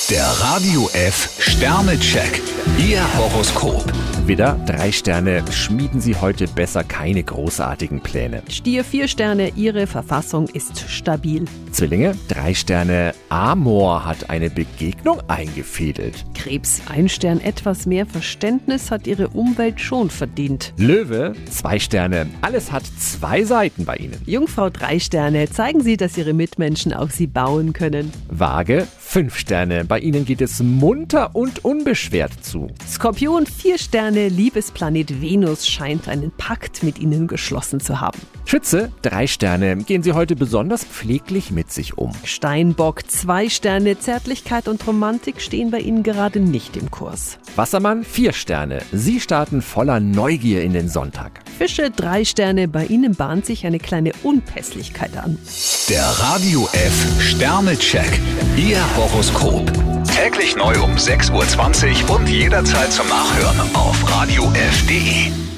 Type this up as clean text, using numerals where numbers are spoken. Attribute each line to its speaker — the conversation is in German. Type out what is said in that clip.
Speaker 1: Der Radio F Sternecheck. Ihr Horoskop.
Speaker 2: Widder, 3 Sterne, schmieden Sie heute besser keine großartigen Pläne.
Speaker 3: Stier 4 Sterne, Ihre Verfassung ist stabil.
Speaker 2: Zwillinge, 3 Sterne, Amor hat eine Begegnung eingefädelt.
Speaker 3: Krebs 1 Stern, etwas mehr Verständnis hat Ihre Umwelt schon verdient.
Speaker 2: Löwe, 2 Sterne, alles hat 2 Seiten bei Ihnen.
Speaker 3: Jungfrau 3 Sterne, zeigen Sie, dass Ihre Mitmenschen auf Sie bauen können.
Speaker 2: Waage, 5 Sterne, bei Ihnen geht es munter und unbeschwert zu.
Speaker 3: Skorpion 4 Sterne, Liebesplanet Venus scheint einen Pakt mit Ihnen geschlossen zu haben.
Speaker 2: Schütze, 3 Sterne, gehen Sie heute besonders pfleglich mit sich um.
Speaker 3: Steinbock 2 Sterne, Zärtlichkeit und Romantik stehen bei Ihnen gerade nicht im Kurs.
Speaker 2: Wassermann, 4 Sterne, Sie starten voller Neugier in den Sonntag.
Speaker 3: Fische 3 Sterne, bei Ihnen bahnt sich eine kleine Unpässlichkeit an.
Speaker 1: Der Radio F Sternecheck. Ihr Horoskop. Täglich neu um 6:20 Uhr und jederzeit zum Nachhören auf radiof.de.